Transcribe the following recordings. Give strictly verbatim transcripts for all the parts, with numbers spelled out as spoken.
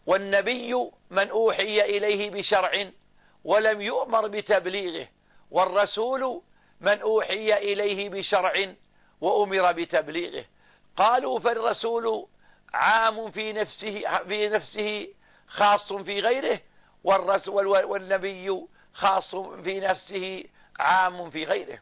والنبي من أوحي إليه بشرع ولم يؤمر بتبليغه، والرسول من أوحي إليه بشرع وأمر بتبليغه. قالوا فالرسول عام في نفسه, في نفسه خاص في غيره، والرسول والنبي خاص في نفسه عام في غيره.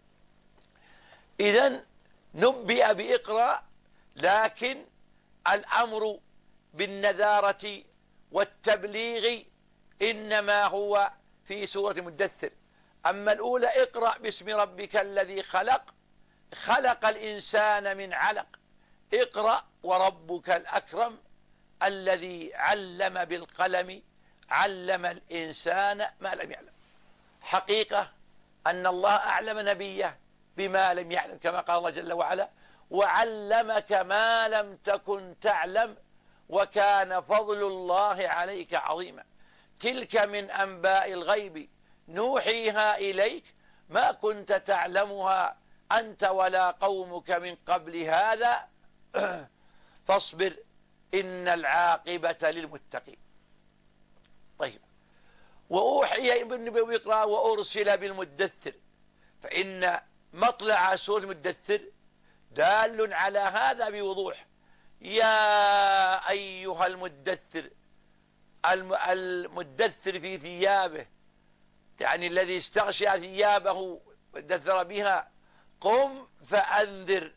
إذن نبئ بإقرأ، لكن الأمر بالنذارة والتبليغ إنما هو في سورة المدثر. أما الأولى اقرأ باسم ربك الذي خلق، خلق الإنسان من علق، اقرأ وربك الأكرم الذي علم بالقلم علم الإنسان ما لم يعلم. حقيقة أن الله أعلم نبيه بما لم يعلم، كما قال الله جل وعلا: وعلمك ما لم تكن تعلم وكان فضل الله عليك عظيما. تلك من أنباء الغيب نوحيها إليك ما كنت تعلمها أنت ولا قومك من قبل هذا فاصبر إن العاقبة للمتقين. طيب، وأوحي ابن بيقرأ وأرسل بالمدثر، فإن مطلع سورة المدثر دال على هذا بوضوح. يا أيها المدثر، المدثر في ثيابه، يعني الذي استغشى ثيابه ودثر بها، قم فأنذر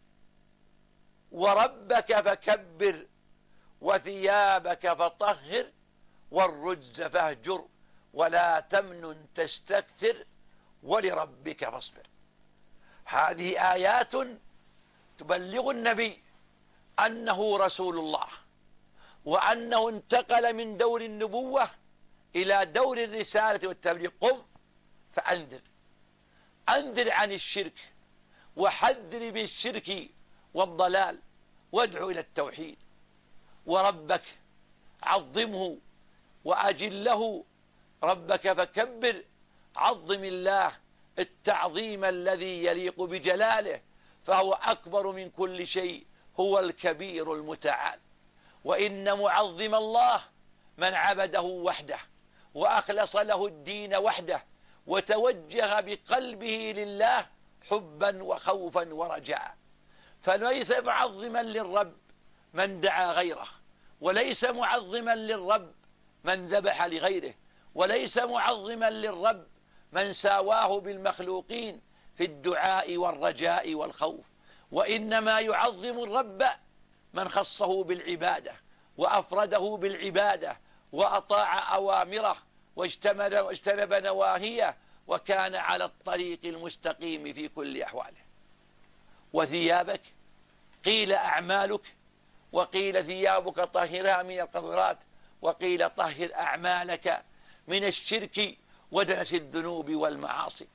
وربك فكبر وثيابك فطهر والرجز فاهجر ولا تمنن تستكثر ولربك فاصبر. هذه آيات تبلغ النبي أنه رسول الله، وأنه انتقل من دور النبوة إلى دور الرسالة والتبليغ. قم فأنذر، أنذر عن الشرك وحذر بالشرك والضلال وادعو إلى التوحيد. وربك عظمه وأجله، ربك فكبر، عظم الله التعظيم الذي يليق بجلاله، فهو أكبر من كل شيء، هو الكبير المتعال. وإن معظم الله من عبده وحده وأخلص له الدين وحده وتوجه بقلبه لله حبا وخوفا ورجاء. فليس معظما للرب من دعا غيره، وليس معظما للرب من ذبح لغيره، وليس معظما للرب من ساواه بالمخلوقين في الدعاء والرجاء والخوف. وإنما يعظم الرب من خصه بالعبادة وأفرده بالعبادة وأطاع أوامره واجتنب نواهيه وكان على الطريق المستقيم في كل أحواله. وثيابك قيل أعمالك، وقيل ثيابك طهرها من القذرات، وقيل طهر أعمالك من الشرك ودنس الذنوب والمعاصي.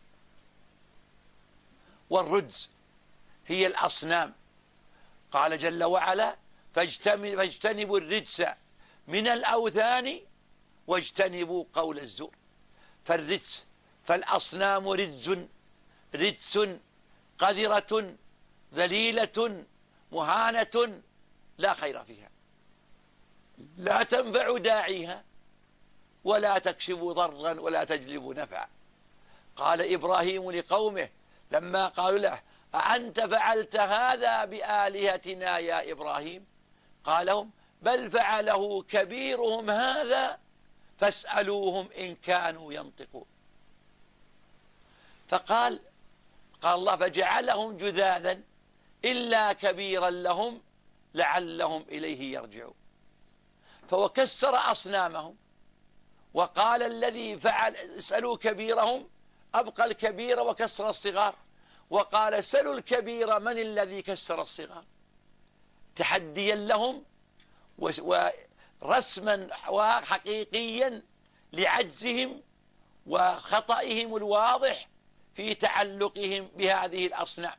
والرجز هي الأصنام، قال جل وعلا: فاجتنبوا الرجس من الأوثان واجتنبوا قول الزور. فالرجس فالأصنام رجس رجس قذرة ذليلة مهانة لا خير فيها، لا تنفع داعيها ولا تكشف ضرا ولا تجلب نفعا. قال إبراهيم لقومه لما قالوا له: أأنت فعلت هذا بآلهتنا يا إبراهيم؟ قال لهم: بل فعله كبيرهم هذا فاسألوهم إن كانوا ينطقون. فقال قال الله: فجعلهم جذاذا إلا كبيرا لهم لعلهم إليه يرجعون. فهو كسر أصنامهم، وقال الذي فعل اسألوا كبيرهم أبقى الكبير وكسر الصغار، وقال سلوا الكبير من الذي كسر الصغار، تحديا لهم ورسما حقيقيا لعجزهم وخطئهم الواضح في تعلقهم بهذه الأصنام.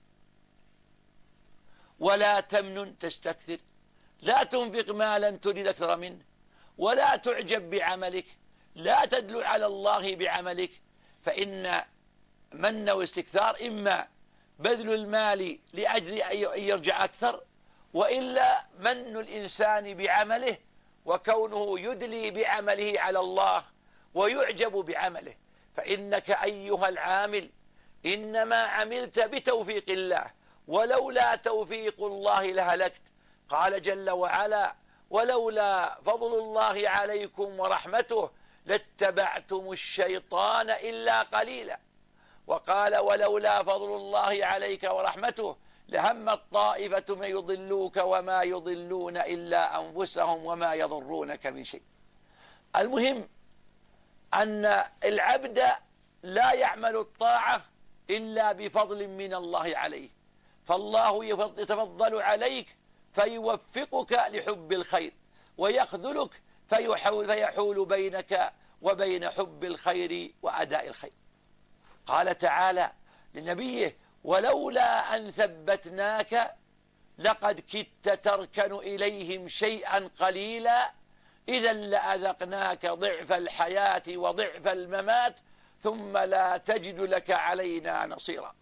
ولا تمنن تستكثر، لا تنفق مالا تريد أكثر منه، ولا تعجب بعملك، لا تدل على الله بعملك، فإن من واستكثار إما بذل المال لأجل أن يرجع أكثر، وإلا من الإنسان بعمله وكونه يدلي بعمله على الله ويعجب بعمله. فإنك أيها العامل إنما عملت بتوفيق الله، ولولا توفيق الله لهلكت. قال جل وعلا: ولولا فضل الله عليكم ورحمته لاتبعتم الشيطان إلا قليلا. وقال: ولولا فضل الله عليك ورحمته لهم طائفة من يضلوك وما يضلون إلا أنفسهم وما يضرونك من شيء. المهم أن العبد لا يعمل الطاعة إلا بفضل من الله عليه، فالله يتفضل عليك فيوفقك لحب الخير، ويخذلك فيحول, فيحول بينك وبين حب الخير وأداء الخير. قال تعالى لنبيه: ولولا أن ثبتناك لقد كدت تركن إليهم شيئا قليلا إذا لأذقناك ضعف الحياة وضعف الممات ثم لا تجد لك علينا نصيرا.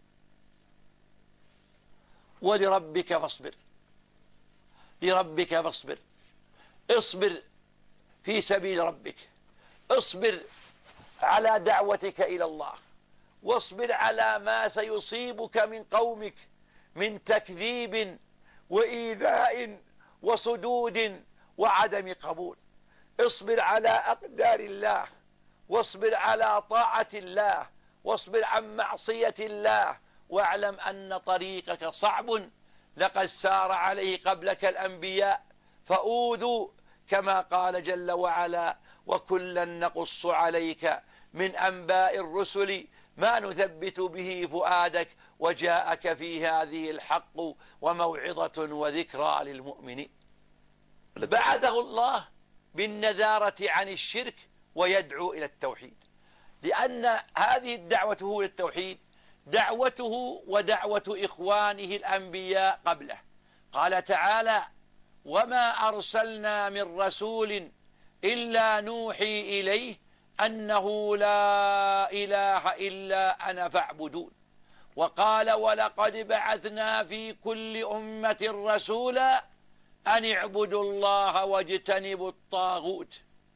ولربك فاصبر، لربك فاصبر، اصبر في سبيل ربك، اصبر على دعوتك إلى الله، واصبر على ما سيصيبك من قومك من تكذيب وإيذاء وصدود وعدم قبول. اصبر على أقدار الله، واصبر على طاعة الله، واصبر عن معصية الله، واعلم أن طريقك صعب، لقد سار عليه قبلك الأنبياء فأوذوا، كما قال جل وعلا: وكلا نقص عليك من أنباء الرسل ما نثبت به فؤادك وجاءك في هذه الحق وموعظة وذكرى للمؤمنين. بعثه الله بالنذارة عن الشرك ويدعو إلى التوحيد، لأن هذه الدعوة هو للتوحيد دعوته ودعوة إخوانه الأنبياء قبله. قال تعالى: وما أرسلنا من رسول إلا نوحي إليه أنه لا إله إلا أنا فاعبدون. وقال: ولقد بعثنا في كل أمة رسولا أن اعبدوا الله واجتنبوا الطاغوت.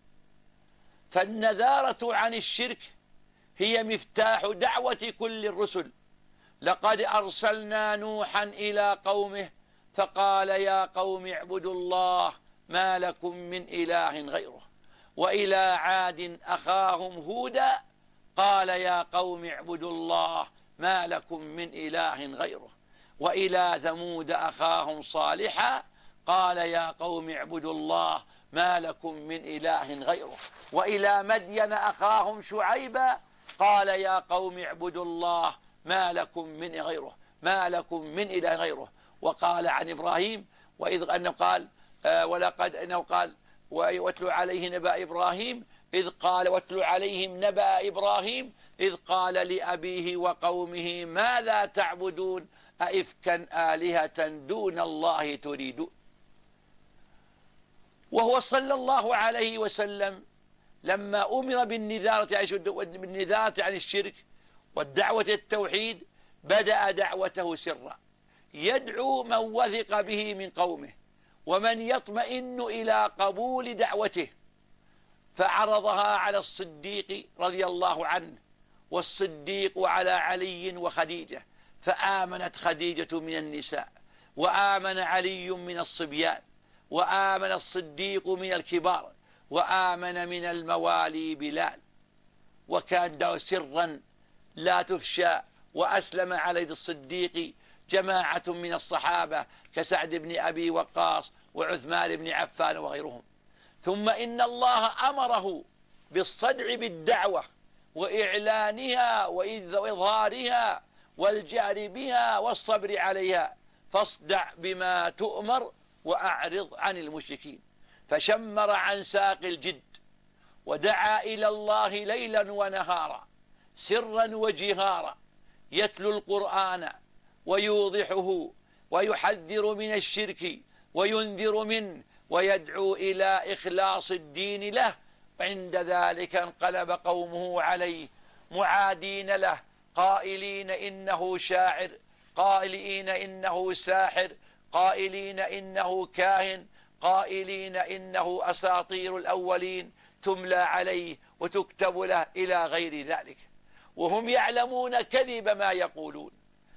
فالنذارة عن الشرك هي مفتاح دعوة كل الرسل. لقد أرسلنا نوحا إلى قومه فقال: يا قوم اعبدوا الله ما لكم من إله غيره. وإلى عاد أخاهم هودا قال: يا قوم اعبدوا الله ما لكم من إله غيره. وإلى ثمود أخاهم صالحا قال: يا قوم اعبدوا الله ما لكم من إله غيره. وإلى مدين أخاهم شعيبا قال: يا قوم اعبدوا الله ما لكم من غيره ما لكم من إله غيره. وقال عن إبراهيم وإذ أنه قال آه ولقد أنه قال: واتل عليه نبأ إبراهيم إذ قال واتل عليهم نبأ إبراهيم إذ قال لأبيه وقومه ماذا تعبدون أئفكا آلهة دون الله تريدون. وهو صلى الله عليه وسلم لما أمر بالنذارة عن الشرك والدعوة التوحيد بدأ دعوته سرا، يدعو من وثق به من قومه ومن يطمئن إلى قبول دعوته، فعرضها على الصديق رضي الله عنه، والصديق على علي وخديجة، فآمنت خديجة من النساء، وآمن علي من الصبيان، وآمن الصديق من الكبار، وآمن من الموالي بلال. وكان دعوة سرا لا تفشى. وأسلم على يد الصديق جماعة من الصحابة كسعد بن أبي وقاص وعثمان بن عفان وغيرهم. ثم إن الله أمره بالصدع بالدعوة وإعلانها وإظهارها والجهر بها والصبر عليها، فاصدع بما تؤمر وأعرض عن المشركين. فشمر عن ساق الجد ودعا إلى الله ليلا ونهارا سرا وجهارا، يتلو القرآن ويوضحه ويحذر من الشرك وينذر منه ويدعو إلى إخلاص الدين له. عند ذلك انقلب قومه عليه معادين له، قائلين إنه شاعر، قائلين إنه ساحر، قائلين إنه كاهن، قائلين إنه أساطير الأولين تملى عليه وتكتب له إلى غير ذلك، وهم يعلمون كذب ما يقولون،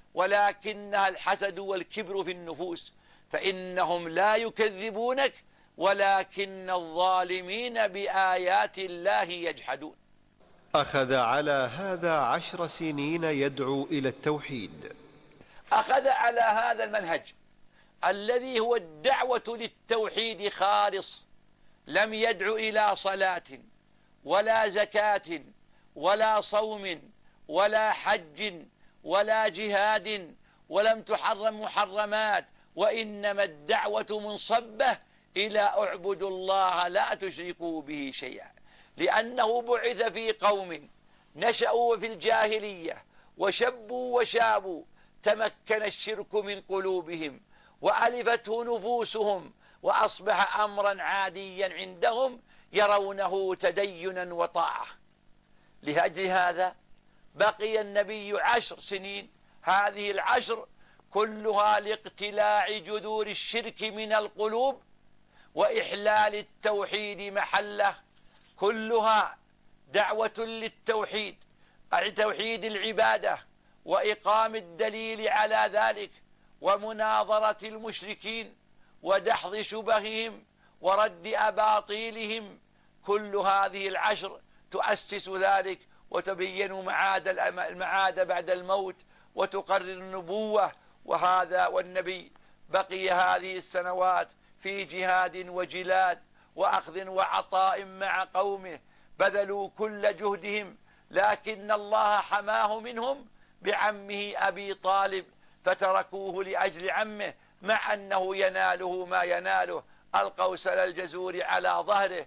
ولكنها الحسد والكبر في النفوس، فإنهم لا يكذبونك ولكن الظالمين بآيات الله يجحدون. أخذ على هذا عشر سنين يدعو إلى التوحيد. أخذ على هذا المنهج الذي هو الدعوة للتوحيد خالص، لم يدع إلى صلاة ولا زكاة ولا صوم ولا حج ولا جهاد، ولم تحرم محرمات، وإنما الدعوة منصبة إلى اعبدوا الله لا تشركوا به شيئا، لأنه بعث في قوم نشأوا في الجاهلية وشبوا وشابوا، تمكن الشرك من قلوبهم وألفته نفوسهم، وأصبح أمرا عاديا عندهم يرونه تدينا وطاعة. لأجل هذا بقي النبي عشر سنين، هذه العشر كلها لاقتلاع جذور الشرك من القلوب وإحلال التوحيد محله، كلها دعوة للتوحيد، أي توحيد العبادة، وإقام الدليل على ذلك، ومناظرة المشركين، ودحض شبههم، ورد أباطيلهم. كل هذه العشر تؤسس ذلك وتبين معاد المعاد بعد الموت، وتقرر النبوة. وهذا والنبي بقي هذه السنوات في جهاد وجلاد وأخذ وعطاء مع قومه، بذلوا كل جهدهم، لكن الله حماه منهم بعمه أبي طالب، فتركوه لأجل عمه، مع أنه يناله ما يناله، ألقوا سل الجزور على ظهره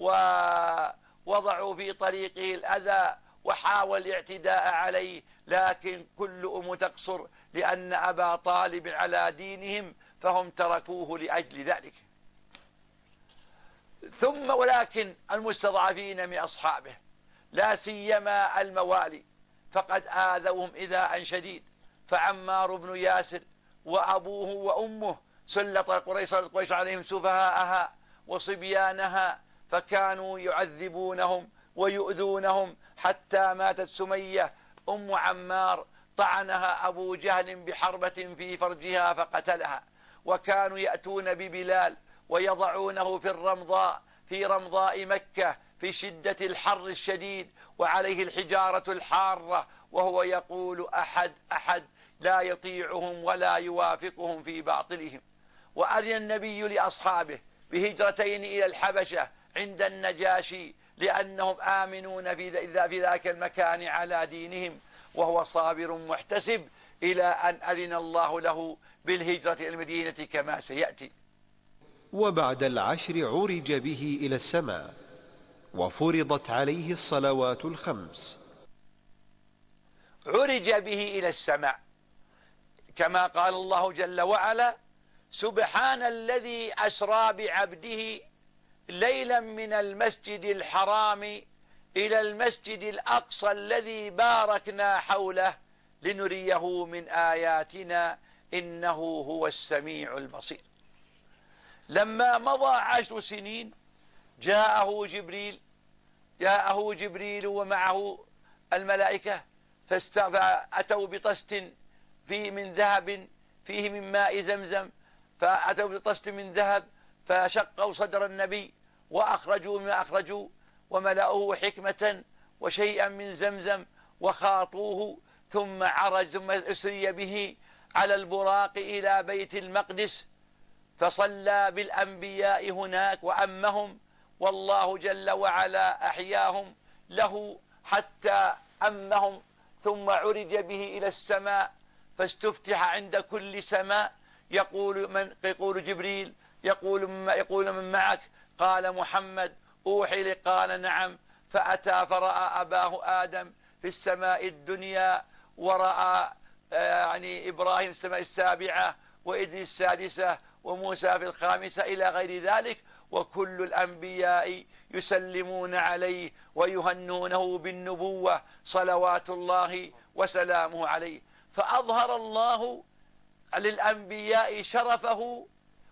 ووضعوا في طريقه الأذى وحاول الاعتداء عليه، لكن كل أم تقصر، لأن أبا طالب على دينهم فهم تركوه لأجل ذلك. ثم ولكن المستضعفين من أصحابه لا سيما الموالي فقد آذوهم إيذاء شديد، فعمار بن ياسر وأبوه وأمه سلط قريش عليهم سفهاءها وصبيانها، فكانوا يعذبونهم ويؤذونهم حتى ماتت سمية أم عمار، طعنها أبو جهل بحربة في فرجها فقتلها. وكانوا يأتون ببلال ويضعونه في الرمضاء في رمضاء مكة في شدة الحر الشديد وعليه الحجارة الحارة، وهو يقول أحد أحد لا يطيعهم ولا يوافقهم في باطلهم. وأذن النبي لأصحابه بهجرتين إلى الحبشة عند النجاشي، لأنهم آمنون في ذاك المكان على دينهم، وهو صابر محتسب إلى أن أذن الله له بالهجرة إلى المدينة كما سيأتي. وبعد العشر عرج به إلى السماء وفرضت عليه الصلوات الخمس. عرج به إلى السماء كما قال الله جل وعلا: سبحان الذي أسرى بعبده ليلا من المسجد الحرام إلى المسجد الأقصى الذي باركنا حوله لنريه من آياتنا إنه هو السميع البصير. لما مضى عشر سنين جاءه جبريل جاءه جبريل ومعه الملائكة، فأتوا بطست فيه من ذهب فيه من ماء زمزم، فأتوا بطست من ذهب فشقوا صدر النبي وأخرجوا ما أخرجوا وملأوه حكمة وشيئا من زمزم وخاطوه، ثم عرج ثم أسري به على البراق إلى بيت المقدس، فصلى بالأنبياء هناك وأمهم، والله جل وعلا أحياهم له حتى أمهم. ثم عرج به إلى السماء فاستفتح عند كل سماء، يقول من يقول جبريل يقول من يقول من معك؟ قال محمد. أوحي قال نعم. فأتى فرأى أباه آدم في السماء الدنيا، ورأى يعني إبراهيم في السماء السابعة، وإدريس السادسة، وموسى في الخامسة إلى غير ذلك، وكل الأنبياء يسلمون عليه ويهنونه بالنبوة صلوات الله وسلامه عليه. فأظهر الله للأنبياء شرفه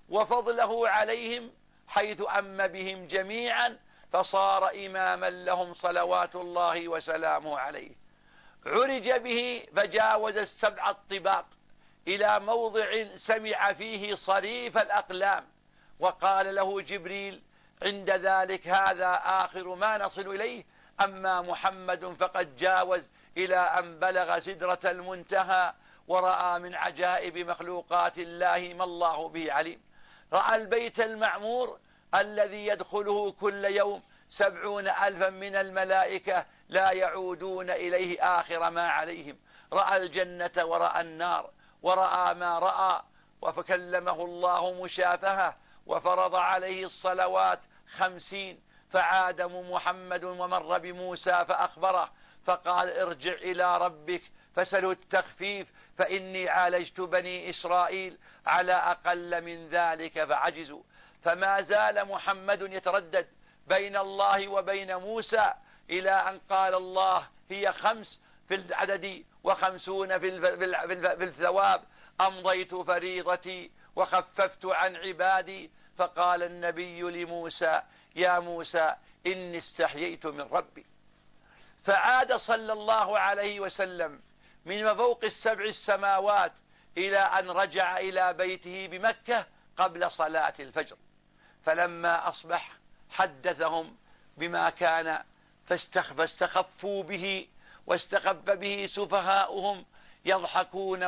وفضله عليهم حيث أم بهم جميعا فصار إماما لهم صلوات الله وسلامه عليه. عرج به فجاوز السبع الطباق إلى موضع سمع فيه صريف الأقلام، وقال له جبريل عند ذلك: هذا آخر ما نصل إليه، أما محمد فقد جاوز إلى أن بلغ سدرة المنتهى ورأى من عجائب مخلوقات الله ما الله به عليم. رأى البيت المعمور الذي يدخله كل يوم سبعون ألفا من الملائكة لا يعودون إليه آخر ما عليهم. رأى الجنة ورأى النار ورأى ما رأى، وفكلمه الله مشافهة وفرض عليه الصلوات خمسين. فعاد محمد ومر بموسى فأخبره فقال: ارجع إلى ربك فسله التخفيف، فإني عالجت بني إسرائيل على أقل من ذلك فعجزوا. فما زال محمد يتردد بين الله وبين موسى إلى أن قال الله: هي خمس في العدد وخمسون في الثواب، أمضيت فريضتي وخففت عن عبادي. فقال النبي لموسى: يا موسى إني استحييت من ربي. فعاد صلى الله عليه وسلم من فوق السبع السماوات إلى أن رجع إلى بيته بمكة قبل صلاة الفجر. فلما أصبح حدثهم بما كان فاستخفوا به واستخف به سفهاؤهم يضحكون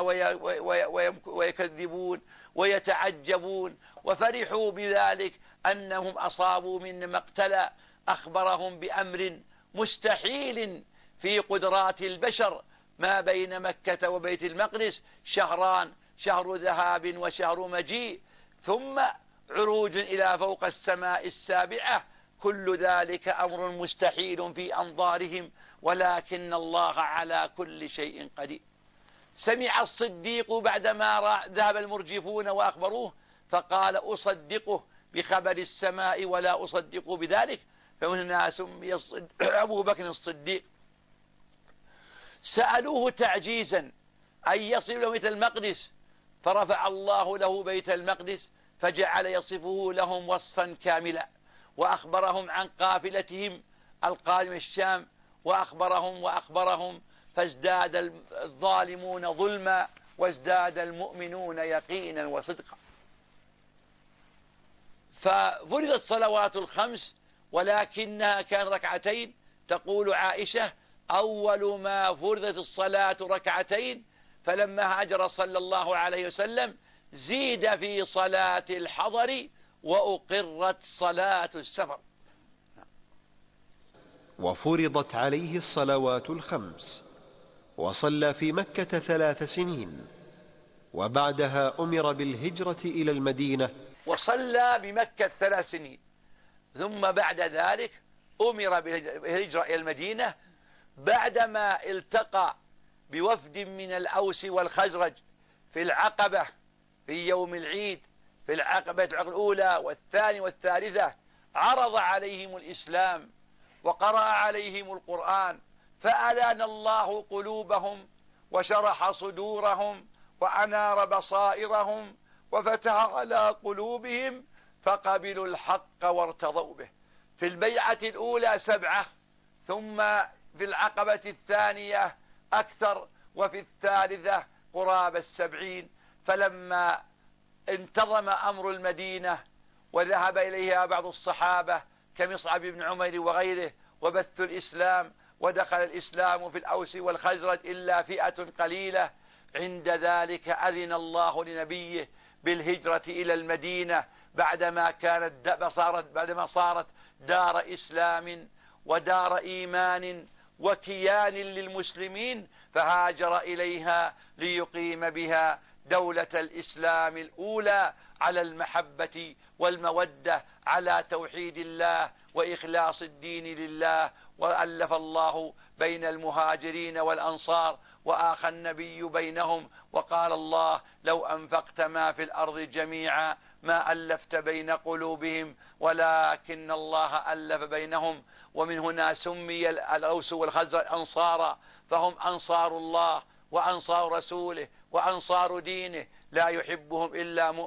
ويكذبون ويتعجبون، وفرحوا بذلك أنهم أصابوا من مقتل. أخبرهم بأمر مستحيل في قدرات البشر، ما بين مكة وبيت المقدس شهران، شهر ذهاب وشهر مجيء، ثم عروج إلى فوق السماء السابعة. كل ذلك أمر مستحيل في أنظارهم، ولكن الله على كل شيء قدير. سمع الصديق بعدما ذهب المرجفون وأخبروه فقال: أصدقه بخبر السماء ولا أصدق بذلك. فهنا سمي أبو بكر الصديق. سألوه تعجيزا أن يصل له بيت المقدس، فرفع الله له بيت المقدس فجعل يصفه لهم وصفا كاملا، وأخبرهم عن قافلتهم القادم الشام، وأخبرهم وأخبرهم فازداد الظالمون ظلما وازداد المؤمنون يقينا وصدقا. ففرضت صلوات الخمس ولكنها كان ركعتين. تقول عائشة: أول ما فرضت الصلاة ركعتين، فلما هاجر صلى الله عليه وسلم زيد في صلاة الحضر وأقرت صلاة السفر. وفرضت عليه الصلوات الخمس، وصلى في مكة ثلاث سنين، وبعدها أمر بالهجرة إلى المدينة. وصلى بمكة ثلاث سنين، ثم بعد ذلك أمر بالهجرة إلى المدينة بعدما التقى بوفد من الأوس والخزرج في العقبة في يوم العيد، في العقبة الأولى والثانية والثالثة. عرض عليهم الإسلام وقرأ عليهم القرآن، فألان الله قلوبهم وشرح صدورهم وأنار بصائرهم وفتح على قلوبهم فقبلوا الحق وارتضوا به. في البيعة الأولى سبعة، ثم في العقبة الثانية أكثر، وفي الثالثة قرابة السبعين. فلما انتظم أمر المدينة وذهب إليها بعض الصحابة كمصعب بن عمير وغيره وبث الإسلام، ودخل الإسلام في الأوس والخزرج إلا فئة قليلة، عند ذلك أذن الله لنبيه بالهجرة إلى المدينة بعدما كانت صارت بعدما صارت دار إسلام ودار إيمان وكيان للمسلمين، فهاجر إليها ليقيم بها دولة الإسلام الأولى على المحبة والمودة، على توحيد الله وإخلاص الدين لله. وألف الله بين المهاجرين والأنصار وآخى النبي بينهم، وقال الله: لو أنفقت ما في الأرض جميعا ما ألفت بين قلوبهم ولكن الله ألف بينهم. ومن هنا سمي الأوس والخزرج أنصارا، فهم أنصار الله وأنصار رسوله وأنصار دينه، لا يحبهم إلا مؤمن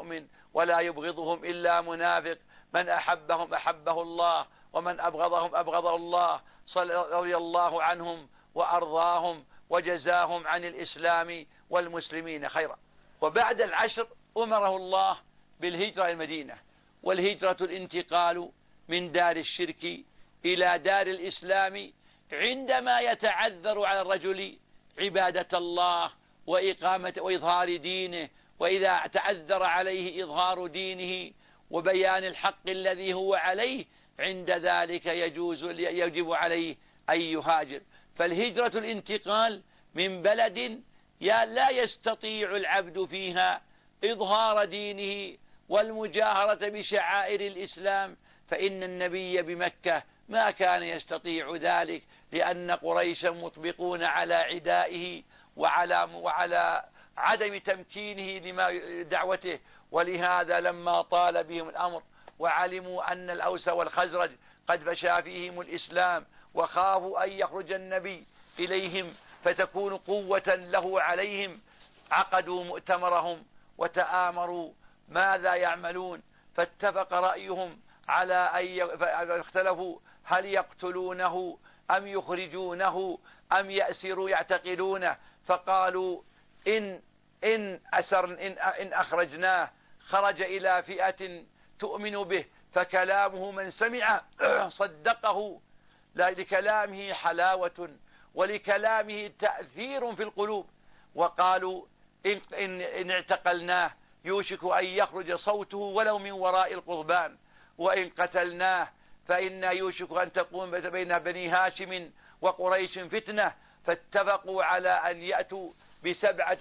ولا يبغضهم إلا منافق، من أحبهم أحبه الله ومن أبغضهم أبغضه الله، رضي الله عنهم وأرضاهم وجزاهم عن الإسلام والمسلمين خيرا. وبعد العشر أمره الله بالهجرة إلى المدينة، والهجرة الانتقال من دار الشرك إلى دار الإسلام عندما يتعذر على الرجل عبادة الله وإقامة وإظهار دينه، وإذا تعذر عليه إظهار دينه وبيان الحق الذي هو عليه، عند ذلك يجوز يجب عليه أن يهاجر. فالهجرة الانتقال من بلد لا يستطيع العبد فيها إظهار دينه والمجاهرة بشعائر الإسلام، فإن النبي بمكة ما كان يستطيع ذلك، لأن قريشا مطبقون على عدائه وعلى, وعلى عدم تمكينه لما دعوته. ولهذا لما طال بهم الأمر وعلموا أن الأوس والخزرج قد فشى فيهم الإسلام وخافوا أن يخرج النبي إليهم فتكون قوة له عليهم، عقدوا مؤتمرهم وتآمروا ماذا يعملون، فاتفق رأيهم على أن اختلفوا هل يقتلونه أم يخرجونه أم يأسروا يعتقلونه. فقالوا إن إن أسر إن, إن أخرجناه خرج إلى فئة تؤمن به، فكلامه من سمع صدقه، لكلامه حلاوة ولكلامه تأثير في القلوب. وقالوا إن, إن, إن اعتقلناه يوشك أن يخرج صوته ولو من وراء القضبان، وإن قتلناه فإن يوشك أن تقوم بين بني هاشم وقريش فتنة. فاتفقوا على أن يأتوا بسبعة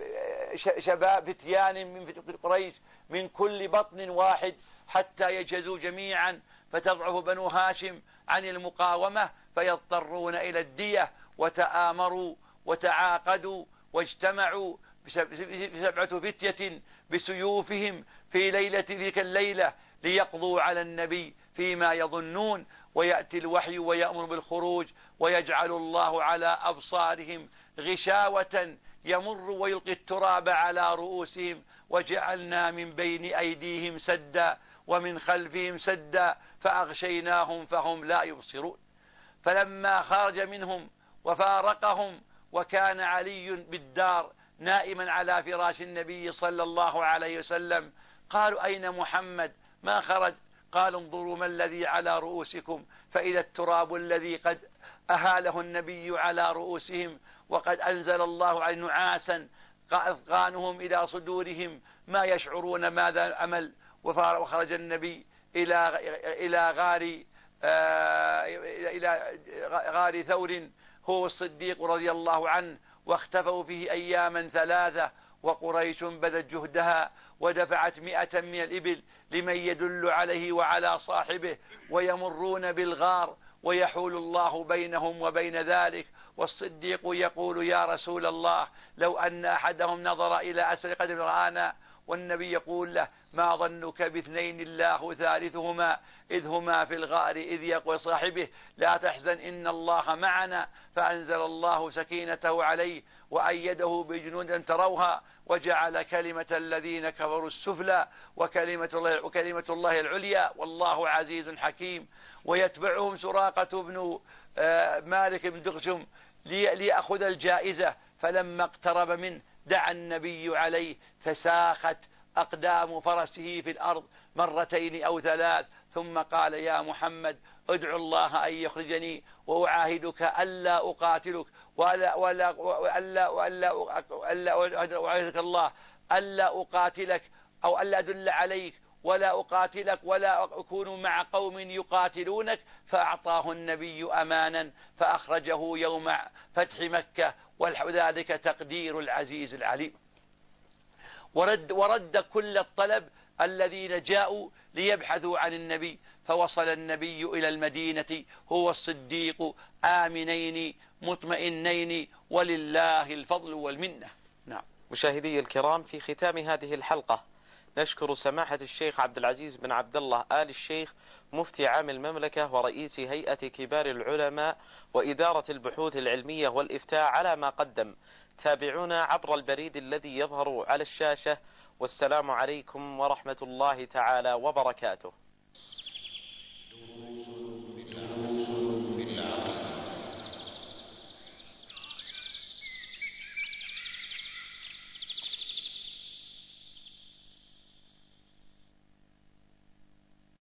شباب فتيان من قريش من كل بطن واحد حتى يجهزوا جميعا، فتضعف بنو هاشم عن المقاومة فيضطرون إلى الدية. وتآمروا وتعاقدوا واجتمعوا بسبعة فتية بسيوفهم في ليلة تلك الليلة ليقضوا على النبي فيما يظنون، ويأتي الوحي ويأمر بالخروج، ويجعل الله على أبصارهم غشاوة يمر ويلقي التراب على رؤوسهم، وجعلنا من بين أيديهم سدا ومن خلفهم سدا فأغشيناهم فهم لا يبصرون. فلما خرج منهم وفارقهم وكان علي بالدار نائما على فراش النبي صلى الله عليه وسلم، قالوا أين محمد ما خرج؟ قال انظروا ما الذي على رؤوسكم، فإذا التراب الذي قد أهاله النبي على رؤوسهم، وقد أنزل الله عن نعاسا أثقانهم إلى صدورهم ما يشعرون ماذا أمل. وخرج النبي إلى إلى غار إلى غار ثور هو الصديق رضي الله عنه، واختفوا فيه أياما ثلاثة، وقريش بذت جهدها ودفعت مئة من الإبل لمن يدل عليه وعلى صاحبه، ويمرون بالغار ويحول الله بينهم وبين ذلك. والصديق يقول يا رسول الله لو أن أحدهم نظر إلى أسر قدم رآنا. والنبي يقول له ما ظنك باثنين الله ثالثهما إذ هما في الغار إذ يقول صاحبه لا تحزن إن الله معنا، فأنزل الله سكينته عليه وأيده بجنود تروها وجعل كلمة الذين كفروا السفلى وكلمة الله, وكلمة الله العليا والله عزيز حكيم. ويتبعهم سراقة بن مالك بن دغشم ليأخذ الجائزة، فلما اقترب منه دعا النبي عليه فساخت أقدام فرسه في الأرض مرتين أو ثلاث، ثم قال يا محمد ادعو الله أن يخرجني وأعاهدك ألا أقاتلك ولا ولا وألا وألا وألا أعاهدك الله ألا أقاتلك أو ألا أدل عليك ولا أقاتلك ولا أكون مع قوم يقاتلونك. فأعطاه النبي أمانا فأخرجه يوم فتح مكة، وذلك تقدير العزيز العليم. ورد, ورد كل الطلب الذين جاءوا ليبحثوا عن النبي، فوصل النبي إلى المدينة هو الصديق آمنين مطمئنين ولله الفضل والمنة. نعم. مشاهدي الكرام، في ختام هذه الحلقة نشكر سماحة الشيخ عبد العزيز بن عبد الله آل الشيخ مفتي عام المملكة ورئيس هيئة كبار العلماء وإدارة البحوث العلمية والإفتاء على ما قدم. تابعونا عبر البريد الذي يظهر على الشاشة، والسلام عليكم ورحمة الله تعالى وبركاته.